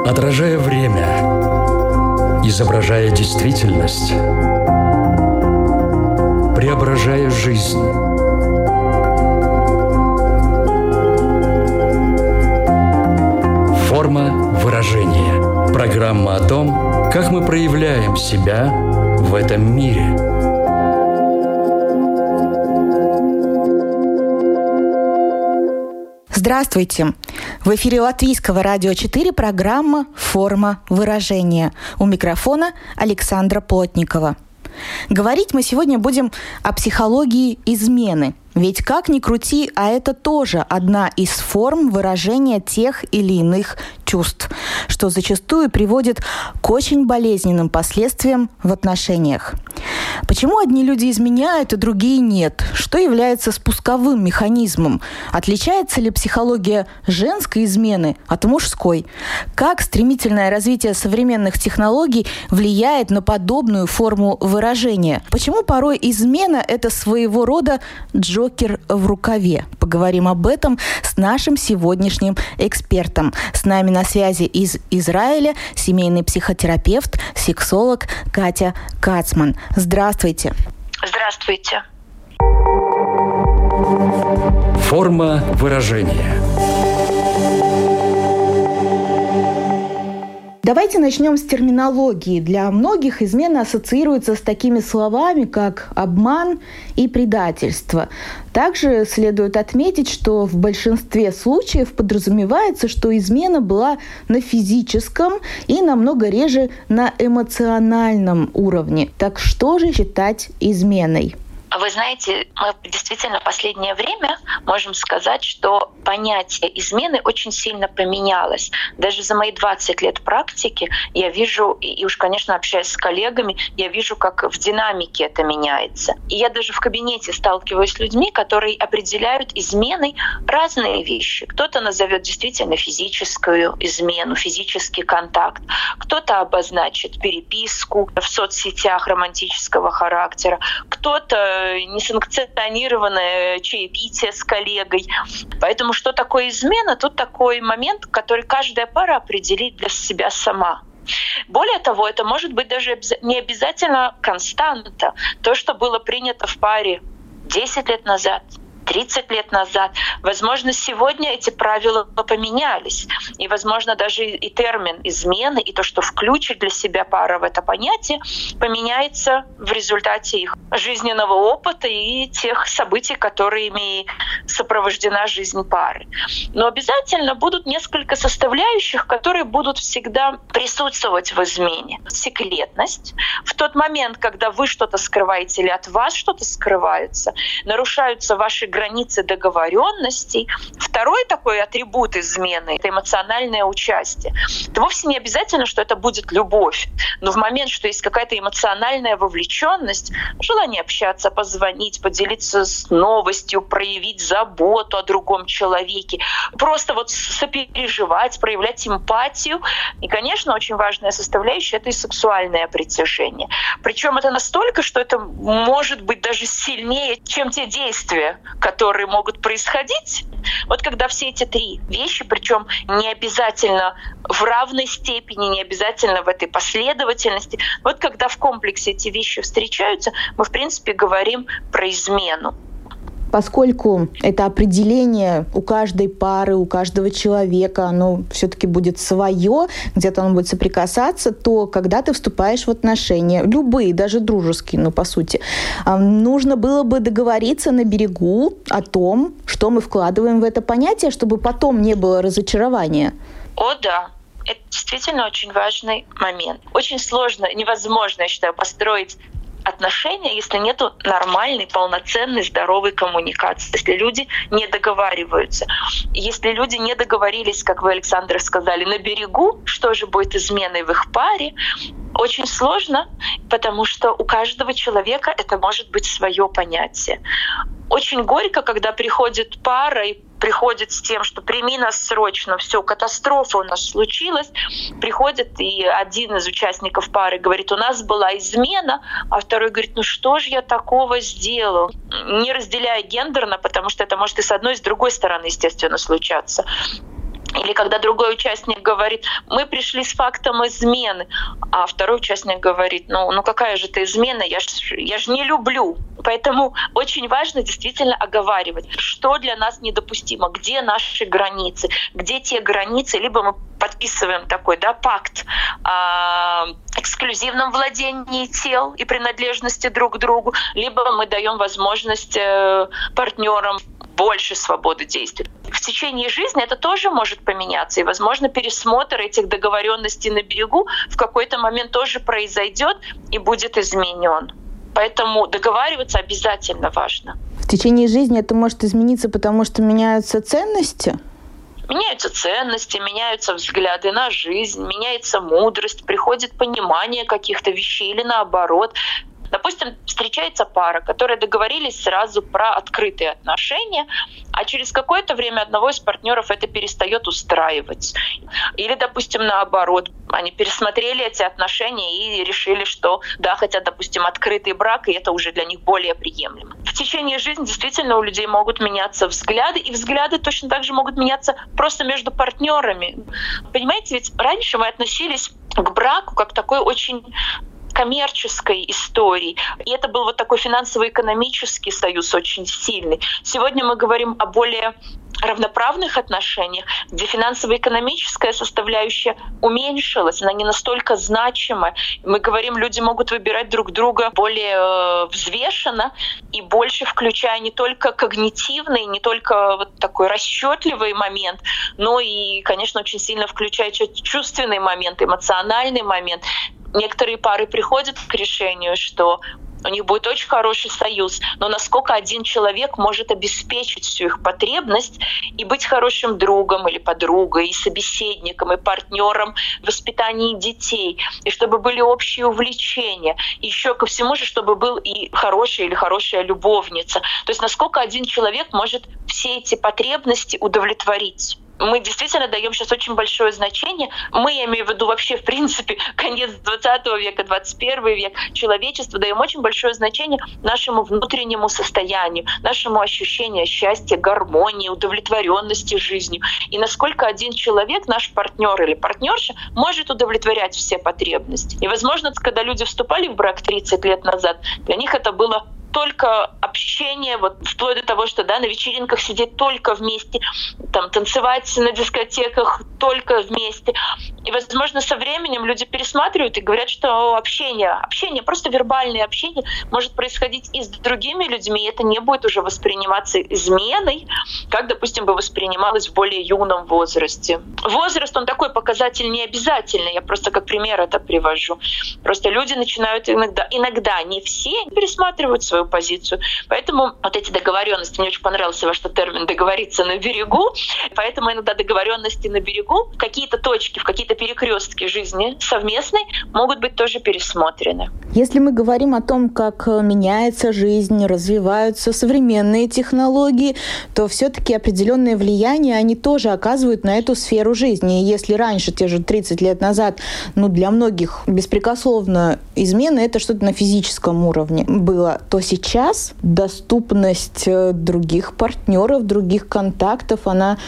Отражая время, изображая действительность, преображая жизнь. Форма выражения. Программа о том, как мы проявляем себя в этом мире. Здравствуйте! В эфире Латвийского радио 4 программа «Форма выражения». У микрофона Александра Плотникова. Говорить мы сегодня будем о психологии измены. Ведь как ни крути, а это тоже одна из форм выражения тех или иных чувств, что зачастую приводит к очень болезненным последствиям в отношениях. Почему одни люди изменяют, а другие нет? Что является спусковым механизмом? Отличается ли психология женской измены от мужской? Как стремительное развитие современных технологий влияет на подобную форму выражения? Почему порой измена – это своего рода джокер в рукаве? Поговорим об этом с нашим сегодняшним экспертом. С нами на связи из Израиля семейный психотерапевт, сексолог Катя Кацман. Здравствуйте. Здравствуйте. Форма выражения. Давайте начнем с терминологии. Для многих измена ассоциируется с такими словами, как обман и предательство. Также следует отметить, что в большинстве случаев подразумевается, что измена была на физическом и намного реже на эмоциональном уровне. Так что же считать изменой? Вы знаете, мы действительно в последнее время можем сказать, что понятие измены очень сильно поменялось. Даже за мои 20 лет практики я вижу, и уж, конечно, общаясь с коллегами, я вижу, как в динамике это меняется. И я даже в кабинете сталкиваюсь с людьми, которые определяют изменой разные вещи. Кто-то назовет действительно физическую измену, физический контакт. Кто-то обозначит переписку в соцсетях романтического характера. Кто-то несанкционированное чаепитие с коллегой. Поэтому что такое измена? Тут такой момент, который каждая пара определит для себя сама. Более того, это может быть даже не обязательно константа. То, что было принято в паре 10 лет назад, 30 лет назад. Возможно, сегодня эти правила поменялись. И, возможно, даже и термин измены, и то, что включит для себя пара в это понятие, поменяется в результате их жизненного опыта и тех событий, которыми сопровождена жизнь пары. Но обязательно будут несколько составляющих, которые будут всегда присутствовать в измене. Секретность. В тот момент, когда вы что-то скрываете или от вас что-то скрывается, нарушаются ваши границы договоренностей. Второй такой атрибут измены — это эмоциональное участие. Это вовсе не обязательно, что это будет любовь. Но в момент, что есть какая-то эмоциональная вовлеченность, желание общаться, позвонить, поделиться с новостью, проявить заботу о другом человеке, просто вот сопереживать, проявлять эмпатию. И, конечно, очень важная составляющая — это и сексуальное притяжение. Причем это настолько, что это может быть даже сильнее, чем те действия, которые могут происходить. Вот когда все эти три вещи, причем не обязательно в равной степени, не обязательно в этой последовательности, вот когда в комплексе эти вещи встречаются, мы, в принципе, говорим про измену. Поскольку это определение у каждой пары, у каждого человека, оно все-таки будет свое, где-то оно будет соприкасаться, то когда ты вступаешь в отношения, любые, даже дружеские, по сути, нужно было бы договориться на берегу о том, что мы вкладываем в это понятие, чтобы потом не было разочарования. О, да. Это действительно очень важный момент. Очень сложно, невозможно, я считаю, построить отношения, если нету нормальной, полноценной, здоровой коммуникации, если люди не договариваются. Если люди не договорились, как вы, Александр, сказали, на берегу, что же будет изменой в их паре, очень сложно, потому что у каждого человека это может быть свое понятие. Очень горько, когда приходит пара и приходит с тем, что прими нас срочно, все, катастрофа у нас случилась. Приходит, и один из участников пары говорит, у нас была измена, а второй говорит, ну что же я такого сделал? Не разделяя гендерно, потому что это может и с одной, и с другой стороны, естественно, случаться. Или когда другой участник говорит: мы пришли с фактом измены, а второй участник говорит: ну какая же это измена, я ж не люблю. Поэтому очень важно действительно оговаривать, что для нас недопустимо, где наши границы, где те границы. Либо мы подписываем такой пакт о эксклюзивном владении тел и принадлежности друг к другу, либо мы даем возможность партнерам больше свободы действий. В течение жизни это тоже может поменяться, и, возможно, пересмотр этих договоренностей на берегу в какой-то момент тоже произойдет и будет изменен. Поэтому договариваться обязательно важно. В течение жизни это может измениться, потому что меняются ценности? Меняются ценности, меняются взгляды на жизнь, меняется мудрость, приходит понимание каких-то вещей или наоборот. Допустим, встречается пара, которые договорились сразу про открытые отношения, а через какое-то время одного из партнеров это перестает устраивать. Или, допустим, наоборот, они пересмотрели эти отношения и решили, что хотят, допустим, открытый брак, и это уже для них более приемлемо. В течение жизни действительно у людей могут меняться взгляды, и взгляды точно так же могут меняться просто между партнерами. Понимаете, ведь раньше мы относились к браку как такой очень коммерческой истории. И это был такой финансово-экономический союз очень сильный. Сегодня мы говорим о более равноправных отношениях, где финансово-экономическая составляющая уменьшилась, она не настолько значима. Мы говорим, люди могут выбирать друг друга более взвешенно и больше включая не только когнитивный, не только такой расчетливый момент, но и, конечно, очень сильно включая чувственный момент, эмоциональный момент. Некоторые пары приходят к решению, что у них будет очень хороший союз, но насколько один человек может обеспечить всю их потребность и быть хорошим другом или подругой, и собеседником, и партнером в воспитании детей, и чтобы были общие увлечения, и еще ко всему же, чтобы был и хороший или хорошая любовница. То есть насколько один человек может все эти потребности удовлетворить. Мы действительно даем сейчас очень большое значение. Мы, я имею в виду вообще, в принципе, конец 20 века, 21 век, человечество, даем очень большое значение нашему внутреннему состоянию, нашему ощущению счастья, гармонии, удовлетворенности жизнью. И насколько один человек, наш партнер или партнерша, может удовлетворять все потребности. И, возможно, когда люди вступали в брак 30 лет назад, для них это было только общение, вплоть до того, что на вечеринках сидеть только вместе, танцевать на дискотеках только вместе. И, возможно, со временем люди пересматривают и говорят, что общение, просто вербальное общение может происходить и с другими людьми, и это не будет уже восприниматься изменой, как, допустим, бы воспринималось в более юном возрасте. Возраст, он такой показатель не обязательный, я просто как пример это привожу. Просто люди начинают иногда, не все, пересматривают свою позицию. Поэтому эти договоренности, мне очень понравился ваш термин «договориться на берегу», поэтому иногда договоренности на берегу, какие-то точки, в какие-то перекрестки жизни совместной могут быть тоже пересмотрены. Если мы говорим о том, как меняется жизнь, развиваются современные технологии, то все-таки определенное влияние они тоже оказывают на эту сферу жизни. И если раньше, те же 30 лет назад, для многих беспрекословно измена — это что-то на физическом уровне было, то сейчас доступность других партнеров, других контактов, она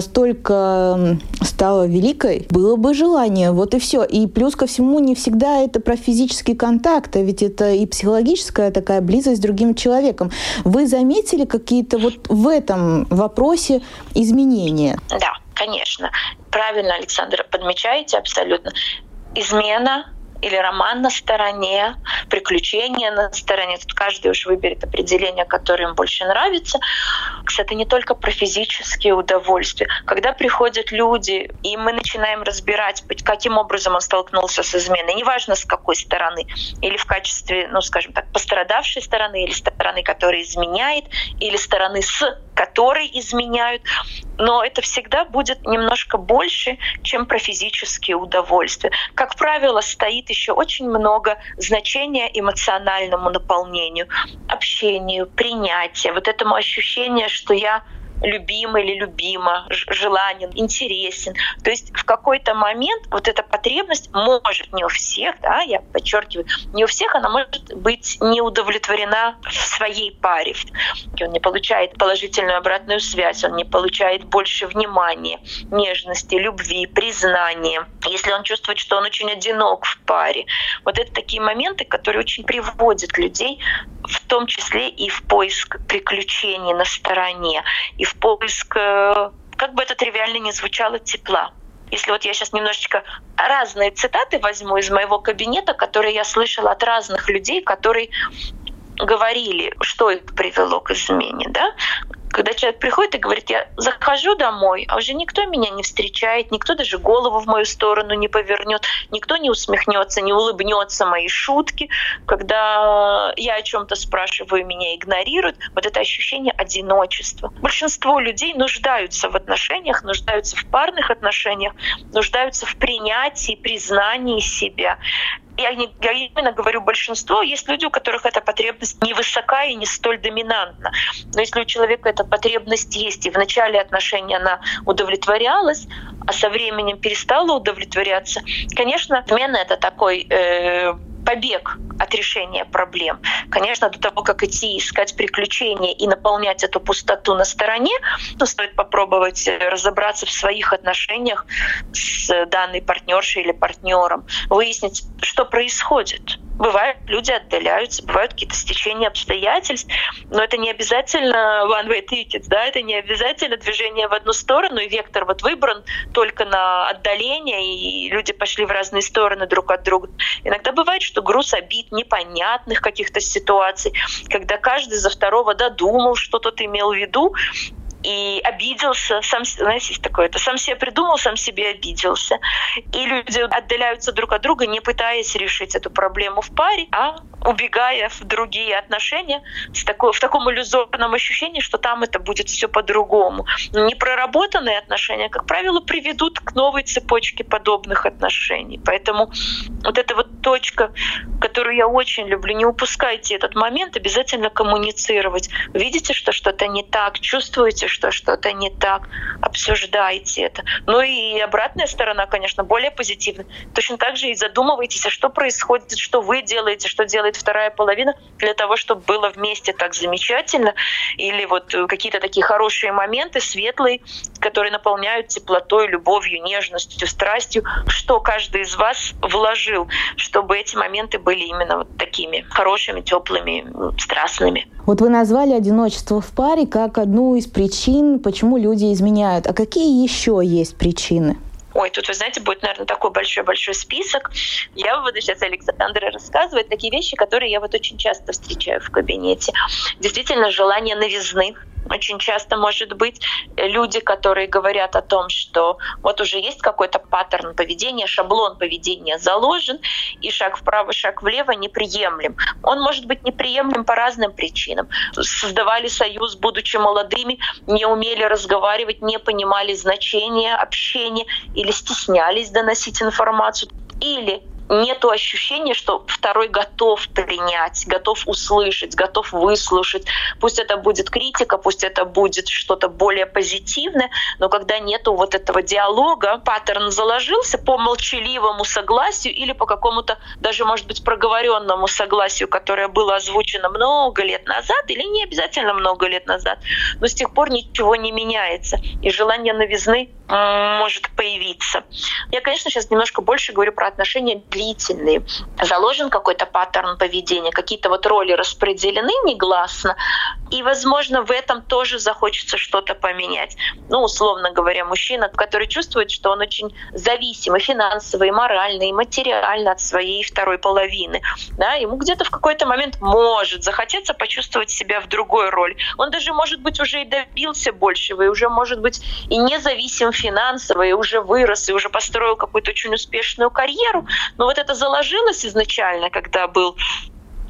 настолько стала великой, было бы желание, и все. И плюс ко всему, не всегда это про физический контакт, а ведь это и психологическая такая близость с другим человеком. Вы заметили какие-то в этом вопросе изменения? Да, конечно. Правильно, Александра, подмечаете абсолютно. Измена или роман на стороне, приключения на стороне. Тут каждый уж выберет определение, которое им больше нравится. Кстати, не только про физические удовольствия. Когда приходят люди, и мы начинаем разбирать, каким образом он столкнулся с изменой, неважно с какой стороны, или в качестве, пострадавшей стороны, или стороны, которая изменяет, или стороны, с которой изменяют, но это всегда будет немножко больше, чем про физические удовольствия. Как правило, стоит еще очень много значения эмоциональному наполнению, общению, принятию, этому ощущению, что я любим или любима, желанен, интересен. То есть в какой-то момент вот эта потребность может не у всех, да, я подчеркиваю, не у всех она может быть не удовлетворена в своей паре. Он не получает положительную обратную связь, он не получает больше внимания, нежности, любви, признания. Если он чувствует, что он очень одинок в паре. Вот это такие моменты, которые очень приводят людей, в том числе и в поиск приключений на стороне, и в поиск, как бы это тривиально ни звучало, тепла. Если вот я сейчас немножечко разные цитаты возьму из моего кабинета, которые я слышала от разных людей, которые говорили, что их привело к измене, да? Когда человек приходит и говорит, я захожу домой, а уже никто меня не встречает, никто даже голову в мою сторону не повернет, никто не усмехнется, не улыбнется мои шутки. Когда я о чем-то спрашиваю, меня игнорируют. Вот это ощущение одиночества. Большинство людей нуждаются в отношениях, нуждаются в парных отношениях, нуждаются в принятии, признании себя. Я именно говорю большинство. Есть люди, у которых эта потребность невысока и не столь доминантна. Но если у человека эта потребность есть, и в начале отношений она удовлетворялась, а со временем перестала удовлетворяться, конечно, измена — это такой побег от решения проблем. Конечно, до того, как идти искать приключения и наполнять эту пустоту на стороне, стоит попробовать разобраться в своих отношениях с данной партнершей или партнером, выяснить, что происходит. Бывает, люди отдаляются, бывают какие-то стечения обстоятельств, но это не обязательно one-way tickets, да, это не обязательно движение в одну сторону, и вектор вот выбран только на отдаление, и люди пошли в разные стороны друг от друга. Иногда бывает, что груз обид, непонятных каких-то ситуаций, когда каждый за второго додумал, что тот имел в виду, и обиделся, сам, знаете, есть такое, это сам себе придумал, сам себе обиделся. И люди отдаляются друг от друга, не пытаясь решить эту проблему в паре, а убегая в другие отношения в таком иллюзорном ощущении, что там это будет все по-другому. Непроработанные отношения, как правило, приведут к новой цепочке подобных отношений. Поэтому вот эта вот точка, которую я очень люблю, не упускайте этот момент, обязательно коммуницировать. Видите, что что-то не так, чувствуете, что что-то не так, обсуждайте это. Ну и обратная сторона, конечно, более позитивная. Точно так же и задумывайтесь, а что происходит, что вы делаете, что делает вторая половина для того, чтобы было вместе так замечательно. Или вот какие-то такие хорошие моменты, светлые, которые наполняют теплотой, любовью, нежностью, страстью. Что каждый из вас вложил, чтобы эти моменты были именно вот такими хорошими, теплыми, страстными. Вот вы назвали одиночество в паре как одну из причин, почему люди изменяют. А какие еще есть причины? Ой, тут, вы знаете, будет, наверное, такой большой-большой список. Я буду сейчас Александре рассказывать такие вещи, которые я вот очень часто встречаю в кабинете. Действительно, желание новизны. Очень часто может быть люди, которые говорят о том, что вот уже есть какой-то паттерн поведения, шаблон поведения заложен, и шаг вправо, шаг влево неприемлем. Он может быть неприемлем по разным причинам. Создавали союз, будучи молодыми, не умели разговаривать, не понимали значения общения или стеснялись доносить информацию. Или нету ощущения, что второй готов принять, готов услышать, готов выслушать. Пусть это будет критика, пусть это будет что-то более позитивное, но когда нету вот этого диалога, паттерн заложился по молчаливому согласию или по какому-то даже, может быть, проговоренному согласию, которое было озвучено много лет назад или не обязательно много лет назад, но с тех пор ничего не меняется, и желание новизны может появиться. Я, конечно, сейчас немножко больше говорю про отношения длительные. Заложен какой-то паттерн поведения, какие-то вот роли распределены негласно, и, возможно, в этом тоже захочется что-то поменять. Ну, условно говоря, мужчина, который чувствует, что он очень зависим и финансово, и морально, и материально от своей второй половины. Да? Ему где-то в какой-то момент может захотеться почувствовать себя в другой роли. Он даже, может быть, уже и добился большего, и уже, может быть, и независим финансово, и уже вырос, и уже построил какую-то очень успешную карьеру. Но вот это заложилось изначально, когда был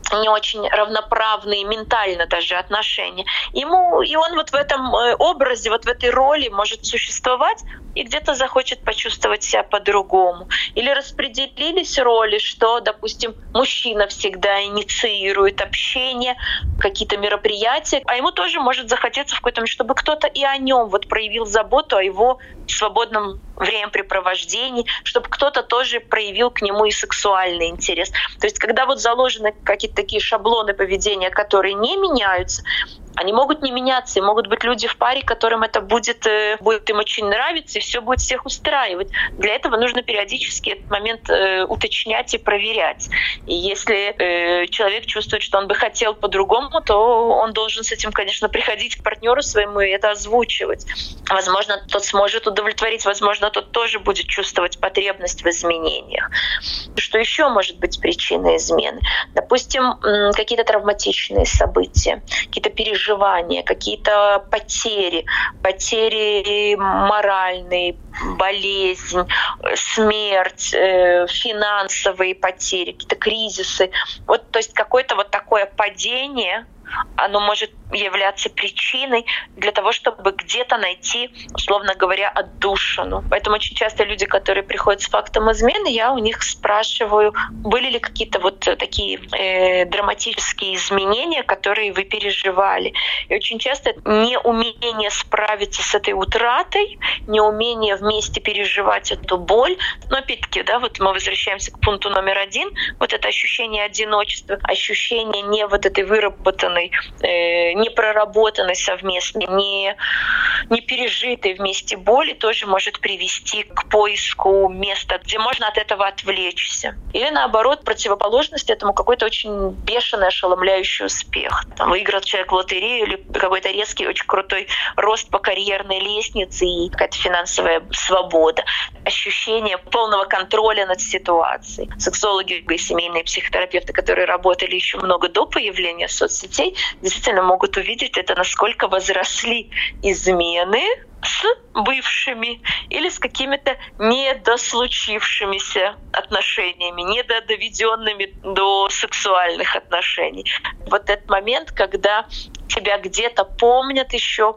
не очень равноправные ментально даже отношения. И он вот в этом образе, вот в этой роли может существовать и где-то захочет почувствовать себя по-другому. Или распределились роли, что, допустим, мужчина всегда инициирует общение, какие-то мероприятия, а ему тоже может захотеться в какой-то момент, чтобы кто-то и о нем вот проявил заботу, о его свободном времяпрепровождении, чтобы кто-то тоже проявил к нему и сексуальный интерес. То есть когда вот заложены какие-то такие шаблоны поведения, которые не меняются, они могут не меняться, и могут быть люди в паре, которым это будет им очень нравиться, и все будет всех устраивать. Для этого нужно периодически этот момент уточнять и проверять. И если человек чувствует, что он бы хотел по-другому, то он должен с этим, конечно, приходить к партнеру своему и это озвучивать. Возможно, тот сможет удовлетворить, возможно, тот тоже будет чувствовать потребность в изменениях. Что еще может быть причиной измены? Допустим, какие-то травматичные события, какие-то переживания, какие-то потери моральные, болезнь, смерть, финансовые потери, какие-то кризисы. Вот, то есть какое-то вот такое падение, оно может являться причиной для того, чтобы где-то найти, условно говоря, отдушину. Поэтому очень часто люди, которые приходят с фактом измены, я у них спрашиваю, были ли какие-то вот такие драматические изменения, которые вы переживали. И очень часто неумение справиться с этой утратой, неумение вместе переживать эту боль. Но опять-таки, да, вот мы возвращаемся к пункту номер 1, вот это ощущение одиночества, ощущение не вот этой выработанной, не проработанной совместно, не пережитой вместе боли тоже может привести к поиску места, где можно от этого отвлечься. Или наоборот, противоположность этому какой-то очень бешеный, ошеломляющий успех. Там, выиграл человек в лотерею или какой-то резкий, очень крутой рост по карьерной лестнице и какая-то финансовая свобода. Ощущение полного контроля над ситуацией. Сексологи и семейные психотерапевты, которые работали еще много до появления соцсетей, действительно могут увидеть это, насколько возросли измены с бывшими или с какими-то недослучившимися отношениями, недодоведенными до сексуальных отношений. Вот этот момент, когда тебя где-то помнят еще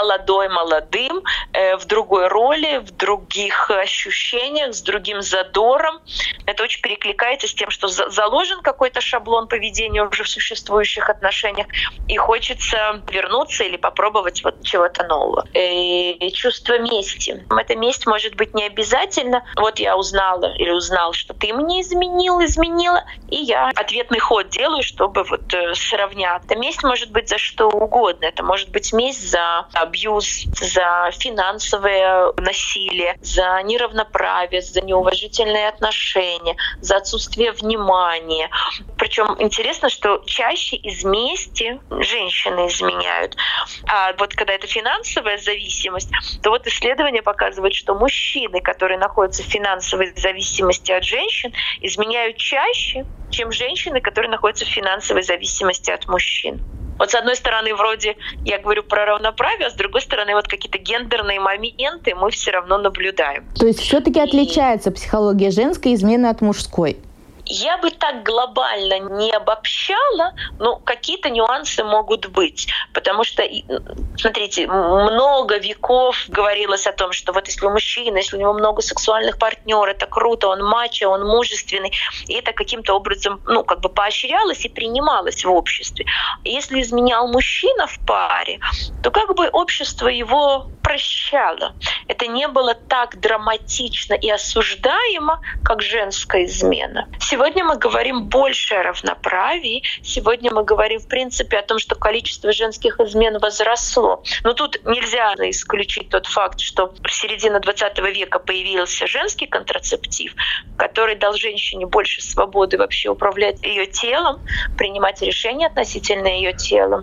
молодым, в другой роли, в других ощущениях, с другим задором. Это очень перекликается с тем, что заложен какой-то шаблон поведения уже в существующих отношениях, и хочется вернуться или попробовать вот чего-то нового. И чувство мести. Эта месть может быть не обязательно. Вот я узнала или узнал, что ты мне изменила, и я ответный ход делаю, чтобы вот сравнять. Эта месть может быть за что угодно. Это может быть месть за абьюз, за финансовое насилие, за неравноправие, за неуважительные отношения, за отсутствие внимания. Причем интересно, что чаще из мести женщины изменяют. А вот когда это финансовая зависимость, то вот исследования показывают, что мужчины, которые находятся в финансовой зависимости от женщин, изменяют чаще, чем женщины, которые находятся в финансовой зависимости от мужчин. Вот с одной стороны, вроде я говорю про равноправие, а с другой стороны, вот какие-то гендерные моменты мы все равно наблюдаем. То есть все-таки отличается психология женской измены от мужской? Я бы так глобально не обобщала, но какие-то нюансы могут быть. Потому что, смотрите, много веков говорилось о том, что вот если у мужчины, если у него много сексуальных партнеров, это круто, он мачо, он мужественный. И это каким-то образом поощрялось и принималось в обществе. И если изменял мужчина в паре, то общество его прощало. Это не было так драматично и осуждаемо, как женская измена. Сегодня мы говорим больше о равноправии. Сегодня мы говорим, в принципе, о том, что количество женских измен возросло. Но тут нельзя исключить тот факт, что в середине 20 века появился женский контрацептив, который дал женщине больше свободы вообще управлять ее телом, принимать решения относительно ее тела.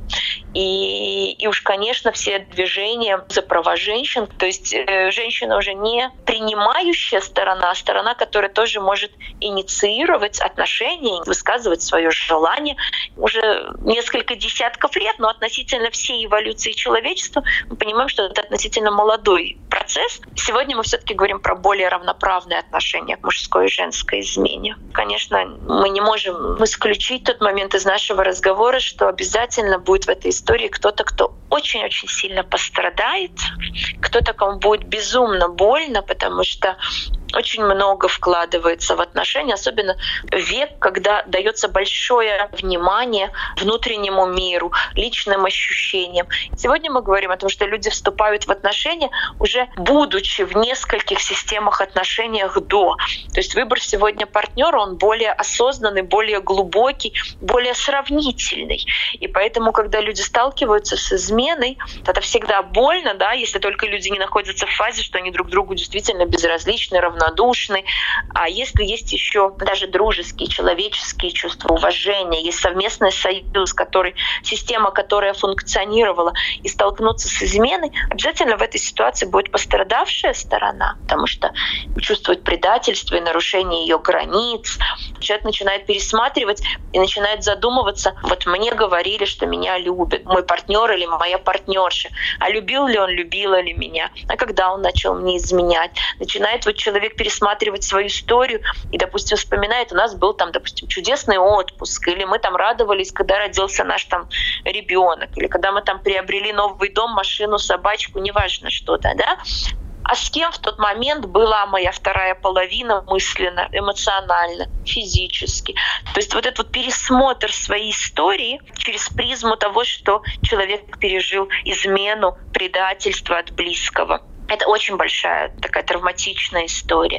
И уж, конечно, все движения за права женщин, то есть женщина уже не принимающая сторона, а сторона, которая тоже может инициировать выстраивать отношения, высказывать свое желание уже несколько десятков лет, но относительно всей эволюции человечества мы понимаем, что это относительно молодой процесс. Сегодня мы все-таки говорим про более равноправные отношения к мужской и женской измене. Конечно, мы не можем исключить тот момент из нашего разговора, что обязательно будет в этой истории кто-то, кто очень-очень сильно пострадает, кто-то, кому будет безумно больно, потому что очень много вкладывается в отношения, особенно в век, когда дается большое внимание внутреннему миру, личным ощущениям. Сегодня мы говорим о том, что люди вступают в отношения, уже будучи в нескольких системах отношениях до. То есть выбор сегодня партнера, он более осознанный, более глубокий, более сравнительный. И поэтому, когда люди сталкиваются с изменой, это всегда больно, да, если только люди не находятся в фазе, что они друг другу действительно безразличны, равнодушны. А если есть еще даже дружеские, человеческие чувства, уважения, есть совместный союз, система, которая функционировала, и столкнуться с изменой, обязательно в этой ситуации будет пострадавшая сторона, потому что чувствует предательство и нарушение ее границ. Человек начинает пересматривать и начинает задумываться: вот мне говорили, что меня любит мой партнер или моя партнерша, а любил ли он, любила ли меня, а когда он начал мне изменять. Начинает вот человек пересматривать свою историю и, допустим, вспоминает: у нас был там, допустим, чудесный отпуск, или мы там радовались, когда родился наш там ребенок, или когда мы там приобрели новый дом, машину, собачку, неважно что-то, да? А с кем в тот момент была моя вторая половина мысленно, эмоционально, физически. То есть вот этот вот пересмотр своей истории через призму того, что человек пережил измену, предательство от близкого. Это очень большая такая травматичная история.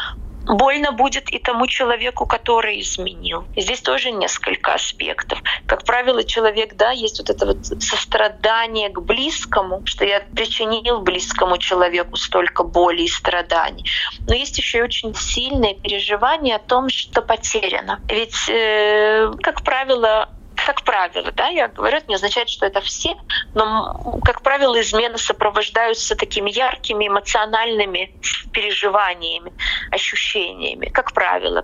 Больно будет и тому человеку, который изменил. И здесь тоже несколько аспектов. Как правило, человек, да, есть вот это вот сострадание к близкому, что я причинил близкому человеку столько боли и страданий. Но есть еще и очень сильное переживание о том, что потеряно. Ведь, как правило, да, я говорю, это не означает, что это все, но, как правило, измены сопровождаются такими яркими эмоциональными переживаниями, ощущениями. Как правило,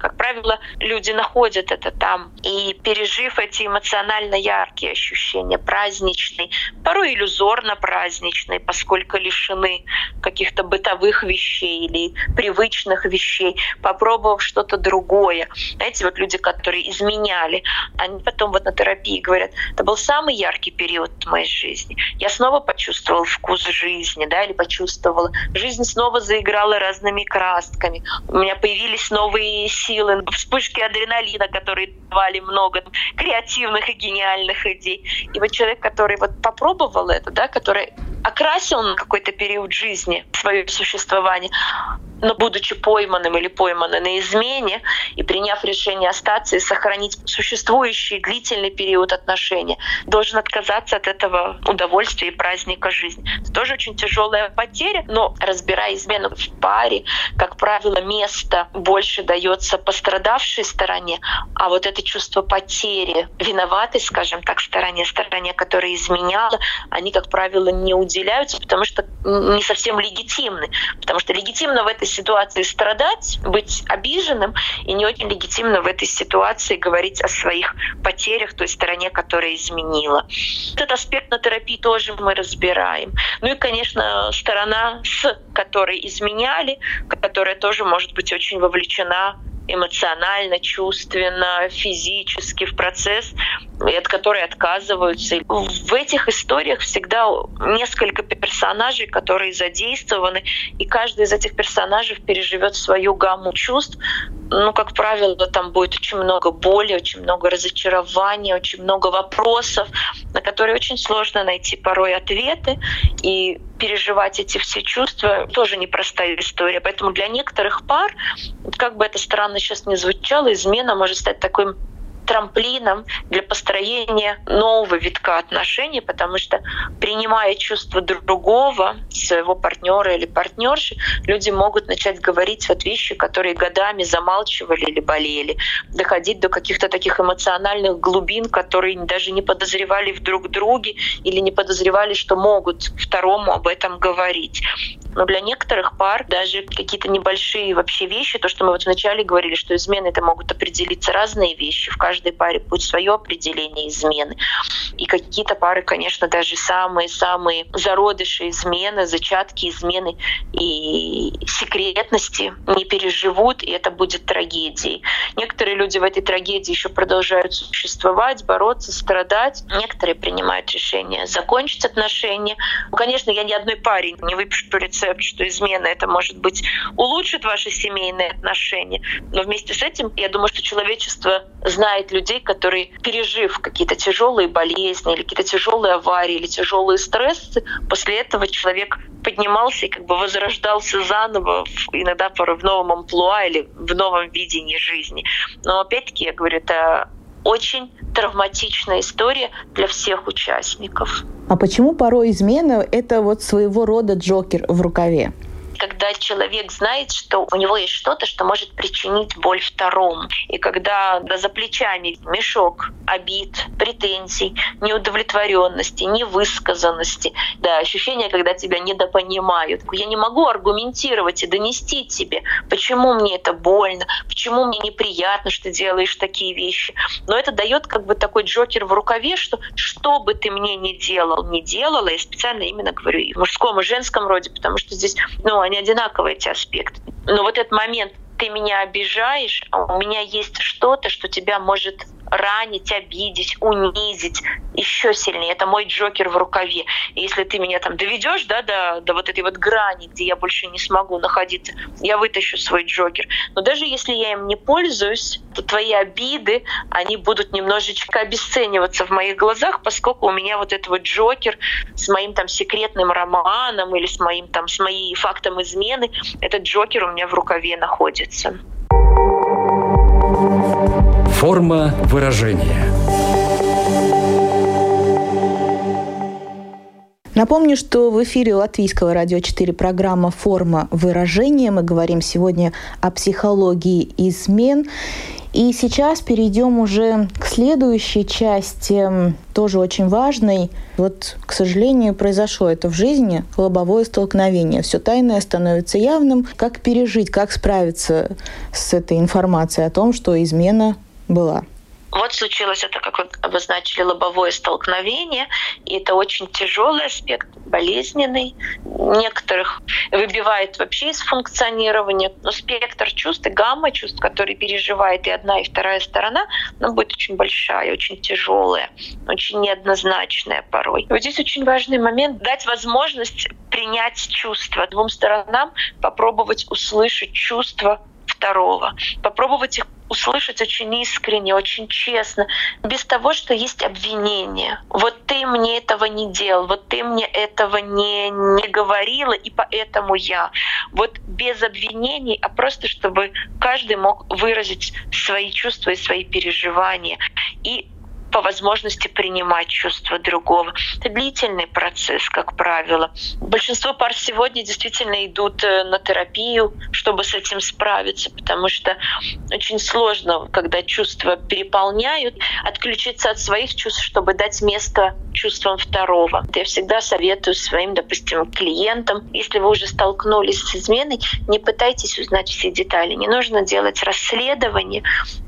люди находят это там, и, пережив эти эмоционально яркие ощущения, праздничные, порой иллюзорно праздничные, поскольку лишены каких-то бытовых вещей или привычных вещей, попробовав что-то другое. Знаете, вот люди, которые изменяли, они потом вот на терапии говорят: это был самый яркий период моей жизни. Я снова почувствовала вкус жизни, да, или почувствовала. Жизнь снова заиграла разными красками. У меня появились новые силы, вспышки адреналина, которые давали много креативных и гениальных идей. И вот человек, который вот попробовал это, да, который окрасил на какой-то период жизни свое существование, но будучи пойманным или пойманной на измене и приняв решение остаться и сохранить существующий длительный период отношений, должен отказаться от этого удовольствия и праздника жизни. Это тоже очень тяжелая потеря, но, разбирая измену в паре, как правило, место больше дается пострадавшей стороне, а вот это чувство потери, виноватой, скажем так, стороне, которая изменяла, они, как правило, не уделяются, потому что не совсем легитимны. Потому что легитимно в этой ситуации страдать, быть обиженным, и не очень легитимно в этой ситуации говорить о своих потерях той стороне, которая изменила. Этот аспект на терапии тоже мы разбираем. Ну и, конечно, сторона, с которой изменяли, которая тоже может быть очень вовлечена эмоционально, чувственно, физически в процесс, и от которой отказываются. В этих историях всегда несколько персонажей, которые задействованы, и каждый из этих персонажей переживет свою гамму чувств. Ну, как правило, там будет очень много боли, очень много разочарования, очень много вопросов, на которые очень сложно найти порой ответы. И переживать эти все чувства тоже непростая история. Поэтому для некоторых пар, как бы это странно сейчас ни звучало, измена может стать таким трамплином для построения нового витка отношений, потому что, принимая чувства другого, своего партнера или партнерши, люди могут начать говорить вот вещи, которые годами замалчивали или болели, доходить до каких-то таких эмоциональных глубин, которые даже не подозревали в друг друге или не подозревали, что могут второму об этом говорить. Но для некоторых пар даже какие-то небольшие вообще вещи, то, что мы вот вначале говорили, что измены — это могут определиться разные вещи, в каждой паре будет свое определение измены. И какие-то пары, конечно, даже самые-самые зародыши измены, зачатки измены и секретности не переживут, и это будет трагедией. Некоторые люди в этой трагедии еще продолжают существовать, бороться, страдать. Некоторые принимают решение закончить отношения. Конечно, я ни одной паре не выпишу рецепт, что измена — это, может быть, улучшит ваши семейные отношения. Но вместе с этим, я думаю, что человечество знает людей, которые, пережив какие-то тяжелые болезни или какие-то тяжелые аварии или тяжелые стрессы, после этого человек поднимался и как бы возрождался заново, иногда порой в новом амплуа или в новом видении жизни. Но опять-таки, я говорю, это очень травматичная история для всех участников. А почему порой измена — это вот своего рода джокер в рукаве? Когда человек знает, что у него есть что-то, что может причинить боль второму. И когда за плечами мешок обид, претензий, неудовлетворенности, невысказанности, ощущение, когда тебя недопонимают. Я не могу аргументировать и донести тебе, почему мне это больно, почему мне неприятно, что ты делаешь такие вещи. Но это дает как бы такой джокер в рукаве, что бы ты мне ни делала, я специально именно говорю и в мужском, и женском роде, потому что здесь, они одинаковые, эти аспекты. Но вот этот момент, ты меня обижаешь, а у меня есть что-то, что тебя может ранить, обидеть, унизить еще сильнее. Это мой джокер в рукаве. И если ты меня там доведешь до вот этой вот грани, где я больше не смогу находиться, я вытащу свой джокер. Но даже если я им не пользуюсь, то твои обиды, они будут немножечко обесцениваться в моих глазах, поскольку у меня вот этот вот джокер с моим там секретным романом или с моим фактом измены, этот джокер у меня в рукаве находится. Форма выражения. Напомню, что в эфире Латвийского радио 4 программа «Форма выражения». Мы говорим сегодня о психологии измен. И сейчас перейдем уже к следующей части, тоже очень важной. Вот, к сожалению, произошло это в жизни, лобовое столкновение. Все тайное становится явным. Как пережить, как справиться с этой информацией о том, что измена была? Вот случилось это, как вы обозначили, лобовое столкновение, и это очень тяжелый аспект, болезненный. Некоторых выбивает вообще из функционирования. Но спектр чувств и гамма чувств, которые переживает и одна, и вторая сторона, она будет очень большая, очень тяжелая, очень неоднозначная порой. И вот здесь очень важный момент — дать возможность принять чувства двум сторонам, попробовать услышать чувства второго, попробовать их услышать очень искренне, очень честно, без того, что есть обвинение. Вот ты мне этого не делал, вот ты мне этого не говорила, и поэтому я. Вот без обвинений, а просто чтобы каждый мог выразить свои чувства и свои переживания. И по возможности принимать чувства другого. Это длительный процесс, как правило. Большинство пар сегодня действительно идут на терапию, чтобы с этим справиться, потому что очень сложно, когда чувства переполняют, отключиться от своих чувств, чтобы дать место чувствам второго. Я всегда советую своим, допустим, клиентам, если вы уже столкнулись с изменой, не пытайтесь узнать все детали. Не нужно делать расследование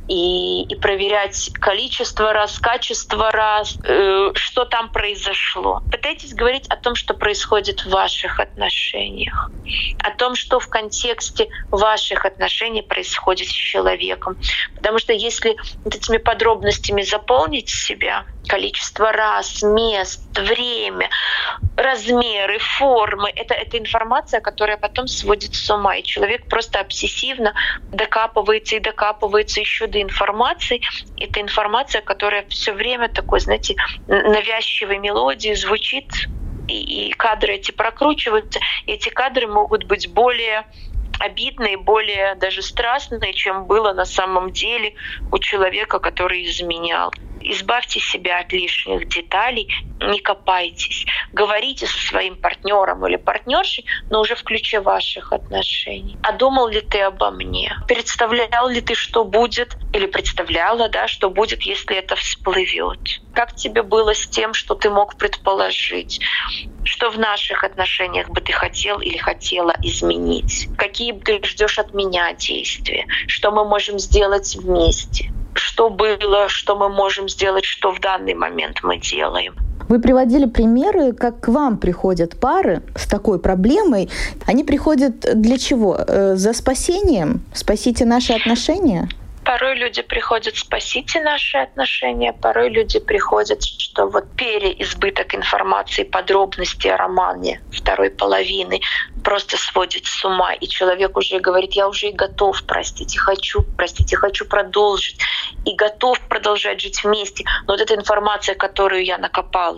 и проверять количество раз, качество раз, что там произошло. Пытайтесь говорить о том, что происходит в ваших отношениях, о том, что в контексте ваших отношений происходит с человеком. Потому что если вот этими подробностями заполнить себя, количество раз, мест, время, размеры, формы — это информация, которая потом сводит с ума. И человек просто обсессивно докапывается еще до информации. Это информация, которая все время такой, знаете, навязчивой мелодией звучит, и кадры эти прокручиваются. И эти кадры могут быть более обидные, более даже страстные, чем было на самом деле у человека, который изменял. Избавьте себя от лишних деталей, не копайтесь. Говорите со своим партнером или партнершей, но уже в ключе ваших отношений. А думал ли ты обо мне? Представлял ли ты, что будет? Или представляла, что будет, если это всплывет? Как тебе было с тем, что ты мог предположить? Что в наших отношениях бы ты хотел или хотела изменить? Какие ты ждешь от меня действия? Что мы можем сделать вместе? Что было, что мы можем сделать, что в данный момент мы делаем. Вы приводили примеры, как к вам приходят пары с такой проблемой. Они приходят для чего? За спасением? Спасите наши отношения? Порой люди приходят, спасите наши отношения, порой люди приходят, что переизбыток информации, подробностей о романе второй половины просто сводит с ума, и человек уже говорит: я уже и готов простить, и хочу продолжить, и готов продолжать жить вместе. Но вот эта информация, которую я накопала,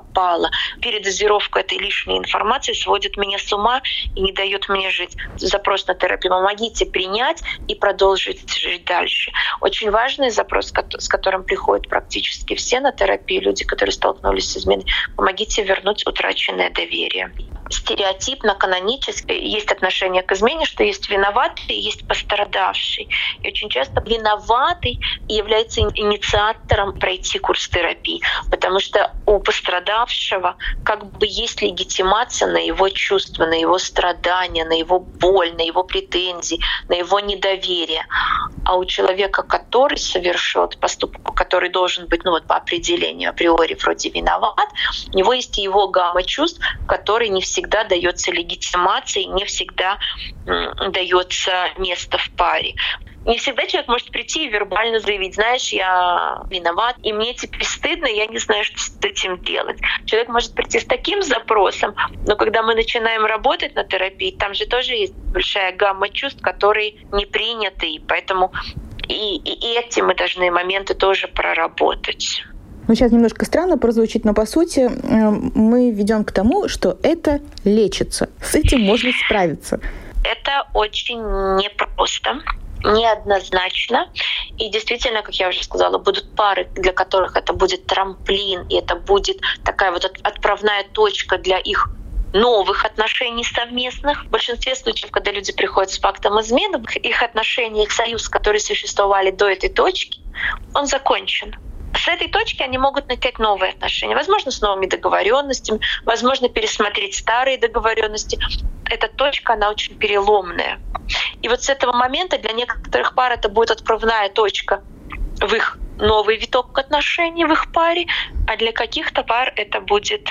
передозировка этой лишней информации сводит меня с ума и не дает мне жить. Запрос на терапию: помогите принять и продолжить жить дальше. Очень важный запрос, с которым приходят практически все на терапию люди, которые столкнулись с изменой: помогите вернуть утраченное доверие. Стереотипно, канонически есть отношение к измене, что есть виноватый и есть пострадавший. И очень часто виноватый является инициатором пройти курс терапии, потому что у пострадавшего есть легитимация на его чувства, на его страдания, на его боль, на его претензии, на его недоверие. А у человека, который совершит поступок, который должен быть по определению априори вроде виноват, у него есть его гамма чувств, который не всегда дается легитимацией, не всегда дается место в паре. Не всегда человек может прийти и вербально заявить: знаешь, я виноват, и мне теперь стыдно, я не знаю, что с этим делать. Человек может прийти с таким запросом, но когда мы начинаем работать на терапии, там же тоже есть большая гамма чувств, которые не приняты, и поэтому и эти мы должны моменты тоже проработать. Сейчас немножко странно прозвучит, но по сути мы ведем к тому, что это лечится. С этим можно справиться. Это очень непросто, неоднозначно. И действительно, как я уже сказала, будут пары, для которых это будет трамплин, и это будет такая отправная точка для их новых отношений совместных. В большинстве случаев, когда люди приходят с фактом измены, их отношения, их союз, которые существовали до этой точки, он закончен. С этой точки они могут начать новые отношения. Возможно, с новыми договоренностями, возможно, пересмотреть старые договоренности. Эта точка, она очень переломная. И с этого момента для некоторых пар это будет отправная точка в их новый виток отношений в их паре, а для каких-то пар это будет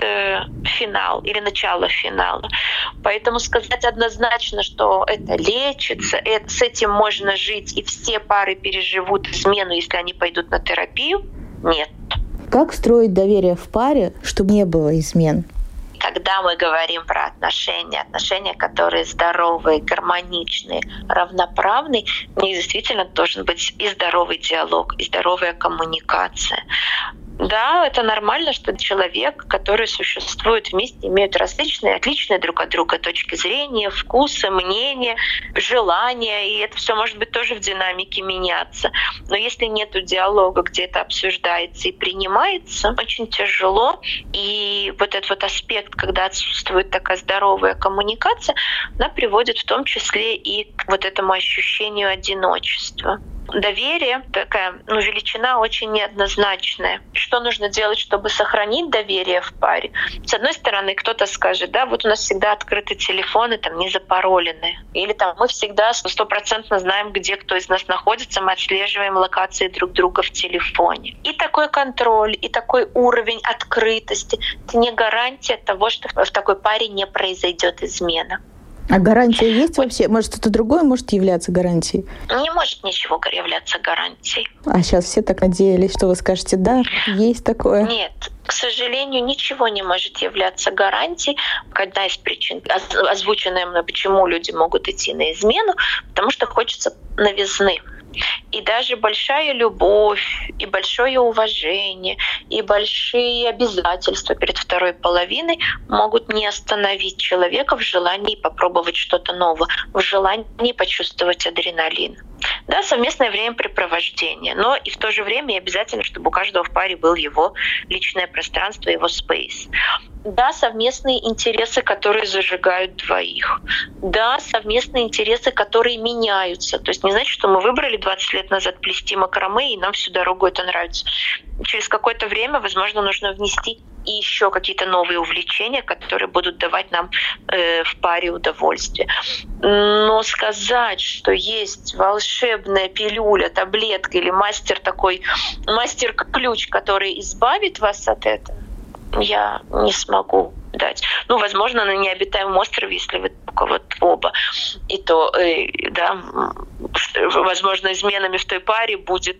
финал или начало финала. Поэтому сказать однозначно, что это лечится, с этим можно жить, и все пары переживут измену, если они пойдут на терапию, нет. Как строить доверие в паре, чтобы не было измен? Когда мы говорим про отношения, которые здоровые, гармоничные, равноправные, у них действительно должен быть и здоровый диалог, и здоровая коммуникация. Да, это нормально, что человек, который существует вместе, имеют различные, отличные друг от друга точки зрения, вкусы, мнения, желания, и это все может быть тоже в динамике меняться. Но если нет диалога, где это обсуждается и принимается, очень тяжело. И этот аспект, когда отсутствует такая здоровая коммуникация, она приводит в том числе и к этому ощущению одиночества. Доверие такая величина очень неоднозначная. Что нужно делать, чтобы сохранить доверие в паре? С одной стороны, кто-то скажет: у нас всегда открыты телефоны, не запаролены. Или мы всегда 100% знаем, где кто из нас находится, мы отслеживаем локации друг друга в телефоне. И такой контроль, и такой уровень открытости — это не гарантия того, что в такой паре не произойдет измена. А гарантия есть вообще? Может, что-то другое может являться гарантией? Не может ничего являться гарантией. А сейчас все так надеялись, что вы скажете: да, есть такое. Нет, к сожалению, ничего не может являться гарантией. Одна из причин, озвученная мной, почему люди могут идти на измену, потому что хочется новизны. И даже большая любовь, и большое уважение, и большие обязательства перед второй половиной могут не остановить человека в желании попробовать что-то новое, в желании почувствовать адреналин. Да, совместное времяпрепровождение, но и в то же время и обязательно, чтобы у каждого в паре был его личное пространство, его space. Да, совместные интересы, которые зажигают двоих. Да, совместные интересы, которые меняются. То есть не значит, что мы выбрали 20 лет назад плести макраме, и нам всю дорогу это нравится. Через какое-то время, возможно, нужно внести и еще какие-то новые увлечения, которые будут давать нам в паре удовольствие. Но сказать, что есть волшебная пилюля, таблетка или мастер-ключ, который избавит вас от этого, я не смогу дать. Возможно, на необитаемом острове, если вы только вот оба. И то, да, возможно, изменами в той паре будет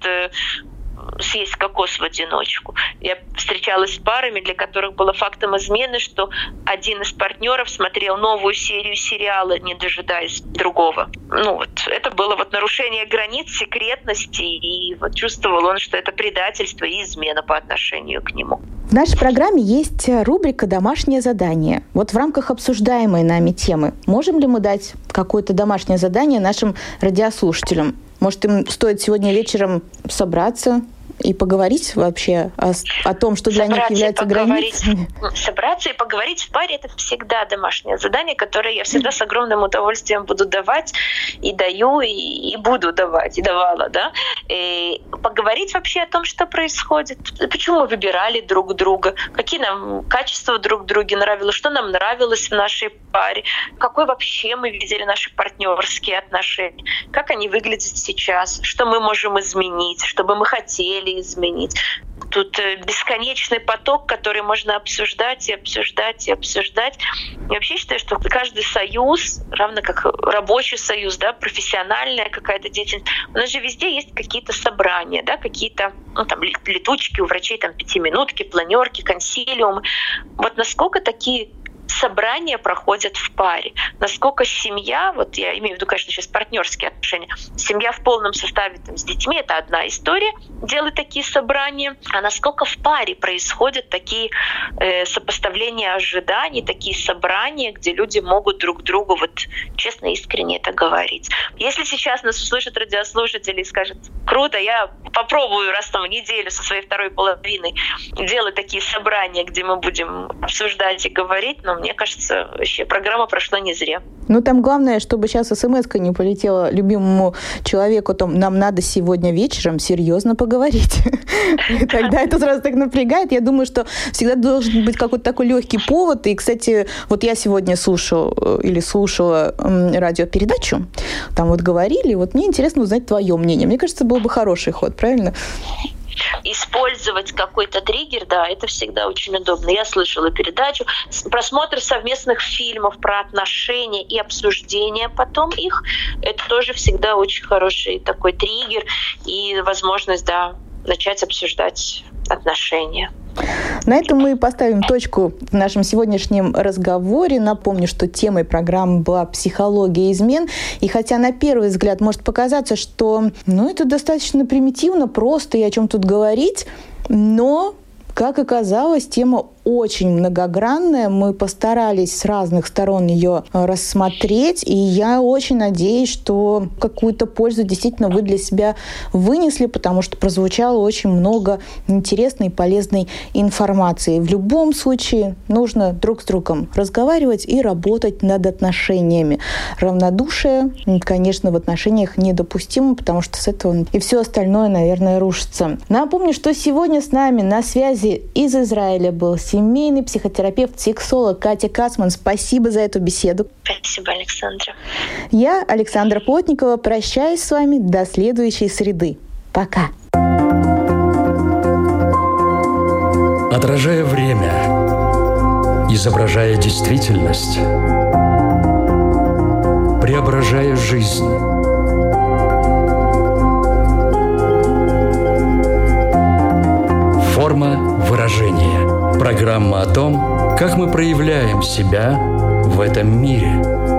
съесть кокос в одиночку. Я встречалась с парами, для которых было фактом измены, что один из партнеров смотрел новую серию сериала, не дожидаясь другого. Это было нарушение границ, секретности, и чувствовал он, что это предательство и измена по отношению к нему. В нашей программе есть рубрика «Домашнее задание». В рамках обсуждаемой нами темы можем ли мы дать какое-то домашнее задание нашим радиослушателям? Может, им стоит сегодня вечером собраться и поговорить вообще о том, что для них является границей? Собраться и поговорить в паре — это всегда домашнее задание, которое я всегда с огромным удовольствием буду давать, и даю, и буду давать, и давала. Да? И поговорить вообще о том, что происходит, почему мы выбирали друг друга, какие нам качества друг в друге нравилось, что нам нравилось в нашей паре, какой вообще мы видели наши партнерские отношения, как они выглядят сейчас, что мы можем изменить, что бы мы хотели изменить. Тут бесконечный поток, который можно обсуждать и обсуждать и обсуждать. Я вообще считаю, что каждый союз, равно как рабочий союз, да, профессиональная какая-то деятельность, у нас же везде есть какие-то собрания, да, какие-то летучки у врачей, пятиминутки, планерки, консилиумы. Насколько такие собрания проходят в паре, насколько семья, я имею в виду, конечно, сейчас партнерские отношения, семья в полном составе с детьми — это одна история, делать такие собрания, а насколько в паре происходят такие сопоставления ожиданий, такие собрания, где люди могут друг другу честно, искренне это говорить. Если сейчас нас услышат радиослушатели и скажут: круто, я попробую раз в неделю со своей второй половиной делать такие собрания, где мы будем обсуждать и говорить, мне кажется, вообще программа прошла не зря. Там главное, чтобы сейчас смс-ка не полетела любимому человеку, нам надо сегодня вечером серьезно поговорить. Тогда это сразу так напрягает. Я думаю, что всегда должен быть какой-то такой легкий повод. И, кстати, я сегодня слушала радиопередачу, там говорили, мне интересно узнать твое мнение. Мне кажется, был бы хороший ход, правильно? Использовать какой-то триггер, да, это всегда очень удобно. Я слышала передачу, просмотр совместных фильмов про отношения и обсуждение потом их, это тоже всегда очень хороший такой триггер и возможность, да, начать обсуждать отношения. На этом мы поставим точку в нашем сегодняшнем разговоре. Напомню, что темой программы была психология измен. И хотя на первый взгляд может показаться, что это достаточно примитивно, просто и о чем тут говорить, но, как оказалось, тема очень многогранная. Мы постарались с разных сторон ее рассмотреть, и я очень надеюсь, что какую-то пользу действительно вы для себя вынесли, потому что прозвучало очень много интересной и полезной информации. В любом случае нужно друг с другом разговаривать и работать над отношениями. Равнодушие, конечно, в отношениях недопустимо, потому что с этого и все остальное, наверное, рушится. Напомню, что сегодня с нами на связи из Израиля был семейный психотерапевт, сексолог Катя Кацман. Спасибо за эту беседу. Спасибо, Александра. Я, Александра Плотникова, прощаюсь с вами до следующей среды. Пока. Отражая время, изображая действительность, преображая жизнь. Форма выражения. Программа о том, как мы проявляем себя в этом мире.